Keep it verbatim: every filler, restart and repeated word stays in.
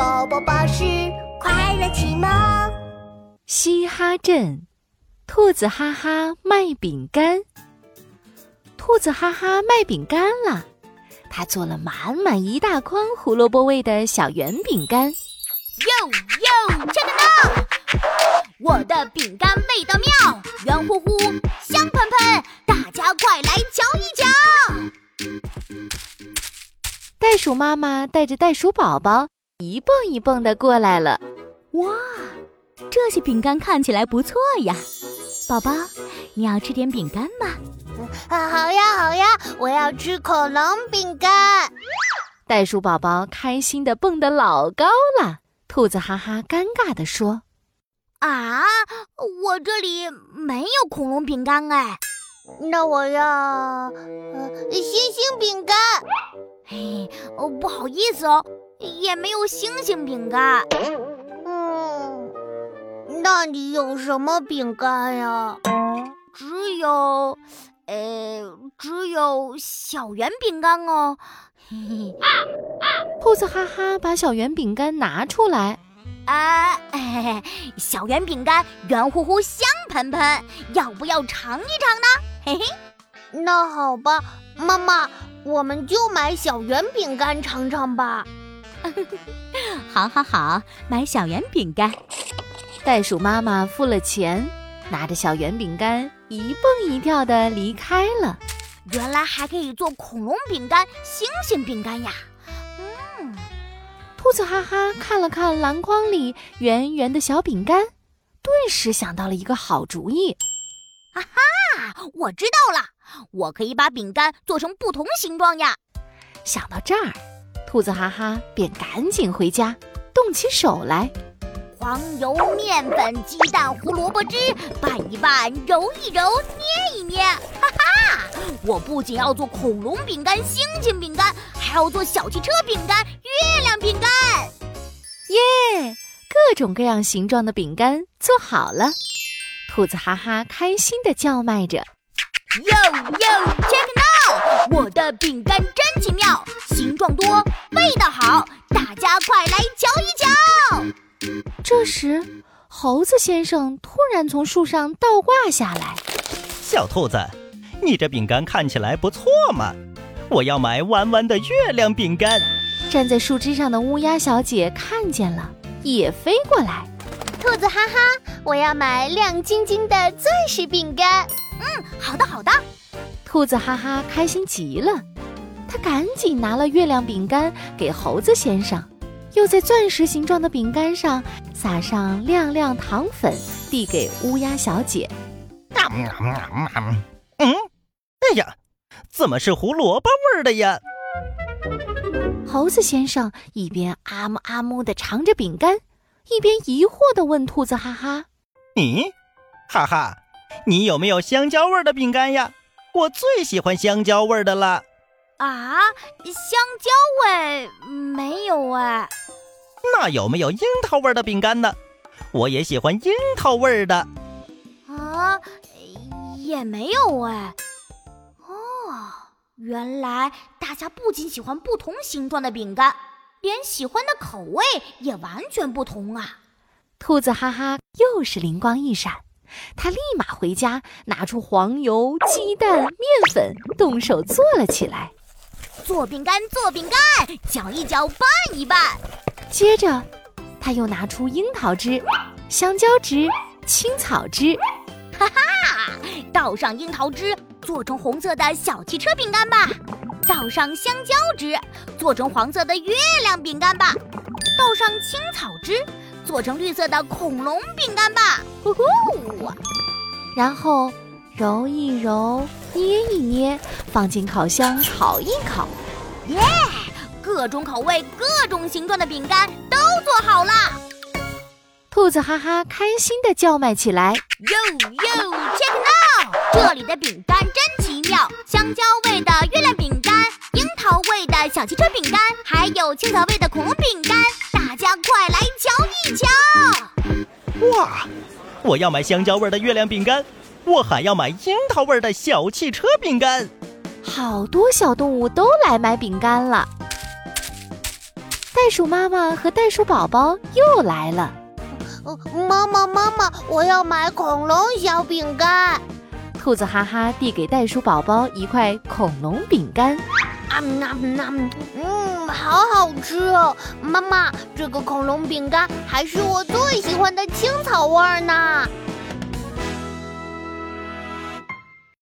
宝宝巴士快乐启蒙。 嘻哈镇，兔子哈哈卖饼干。兔子哈哈卖饼干了，他做了满满一大筐胡萝卜味的小圆饼干。 哟哟 check it out， 我的饼干味道妙，圆乎乎香喷喷，大家快来瞧一瞧。 袋鼠妈妈带着袋鼠宝宝一蹦一蹦地过来了。 哇，这些饼干看起来不错呀，宝宝，你要吃点饼干吗？ 啊，好呀好呀，我要吃恐龙饼干。 袋鼠宝宝开心地蹦得老高了。兔子哈哈尴尬地说： 啊，我这里没有恐龙饼干哎。 那我要呃星星饼干。 嘿，哦，不好意思哦，也没有星星饼干。 嗯，那你有什么饼干呀？ 只有，呃，只有小圆饼干哦。嘿嘿。 兔子哈哈把小圆饼干拿出来。 啊，哎，小圆饼干圆乎乎香喷喷，要不要尝一尝呢？嘿嘿。 那好吧，妈妈，我们就买小圆饼干尝尝吧。 好好好，买小圆饼干。 袋鼠妈妈付了钱，拿着小圆饼干一蹦一跳地离开了。 原来还可以做恐龙饼干、星星饼干呀！嗯， 兔子哈哈看了看篮筐里圆圆的小饼干，顿时想到了一个好主意。 啊哈，我知道了，我可以把饼干做成不同形状呀！ 想到这儿，兔子哈哈便赶紧回家，动起手来。 黄油、面粉、鸡蛋、胡萝卜汁，拌一拌，揉一揉，捏一捏，哈哈！我不仅要做恐龙饼干、星星饼干，还要做小汽车饼干、月亮饼干。 耶！各种各样形状的饼干做好了，兔子哈哈开心地叫卖着。 哟哟 check it out， 我的饼干真奇妙，形状多，味道好，大家快来瞧一瞧。 这时，猴子先生突然从树上倒挂下来。 小兔子，你这饼干看起来不错嘛，我要买弯弯的月亮饼干。 站在树枝上的乌鸦小姐看见了，也飞过来。 兔子哈哈，我要买亮晶晶的钻石饼干。 嗯，好的好的。 兔子哈哈开心极了，他赶紧拿了月亮饼干给猴子先生，又在钻石形状的饼干上撒上亮亮糖粉，递给乌鸦小姐。 嗯，哎呀，怎么是胡萝卜味儿的呀？ 猴子先生一边啊木啊木地尝着饼干，一边疑惑地问兔子哈哈： 你，哈哈，你有没有香蕉味的饼干呀？我最喜欢香蕉味的了。 啊，香蕉味没有哎。 那有没有樱桃味的饼干呢？我也喜欢樱桃味的。 啊，也没有哎。哦，原来大家不仅喜欢不同形状的饼干，连喜欢的口味也完全不同啊。 兔子哈哈又是灵光一闪，他立马回家拿出黄油、鸡蛋、面粉，动手做了起来。 做饼干做饼干，搅一搅拌一拌。 接着他又拿出樱桃汁、香蕉汁、青草汁， 哈哈，倒上樱桃汁，做成红色的小汽车饼干吧。倒上香蕉汁，做成黄色的月亮饼干吧。倒上青草汁，做成绿色的恐龙饼干吧。呼呼， 然后揉一揉，捏一捏，放进烤箱烤一烤。 耶！各种口味、各种形状的饼干都做好了。 兔子哈哈开心地叫卖起来： 哟哟 check it out， 这里的饼干真奇妙，香蕉味的月亮饼干，樱桃味的小汽车饼干，还有青草味的恐龙饼干，大家快来瞧一瞧。 哇，我要买香蕉味的月亮饼干，我还要买樱桃味的小汽车饼干。 好多小动物都来买饼干了。 袋鼠妈妈和袋鼠宝宝又来了。 呃妈妈，妈妈，我要买恐龙小饼干。 兔子哈哈递给袋鼠宝宝一块恐龙饼干。 啊那那，嗯，好好吃哦！妈妈，这个恐龙饼干还是我最喜欢的青草味儿呢。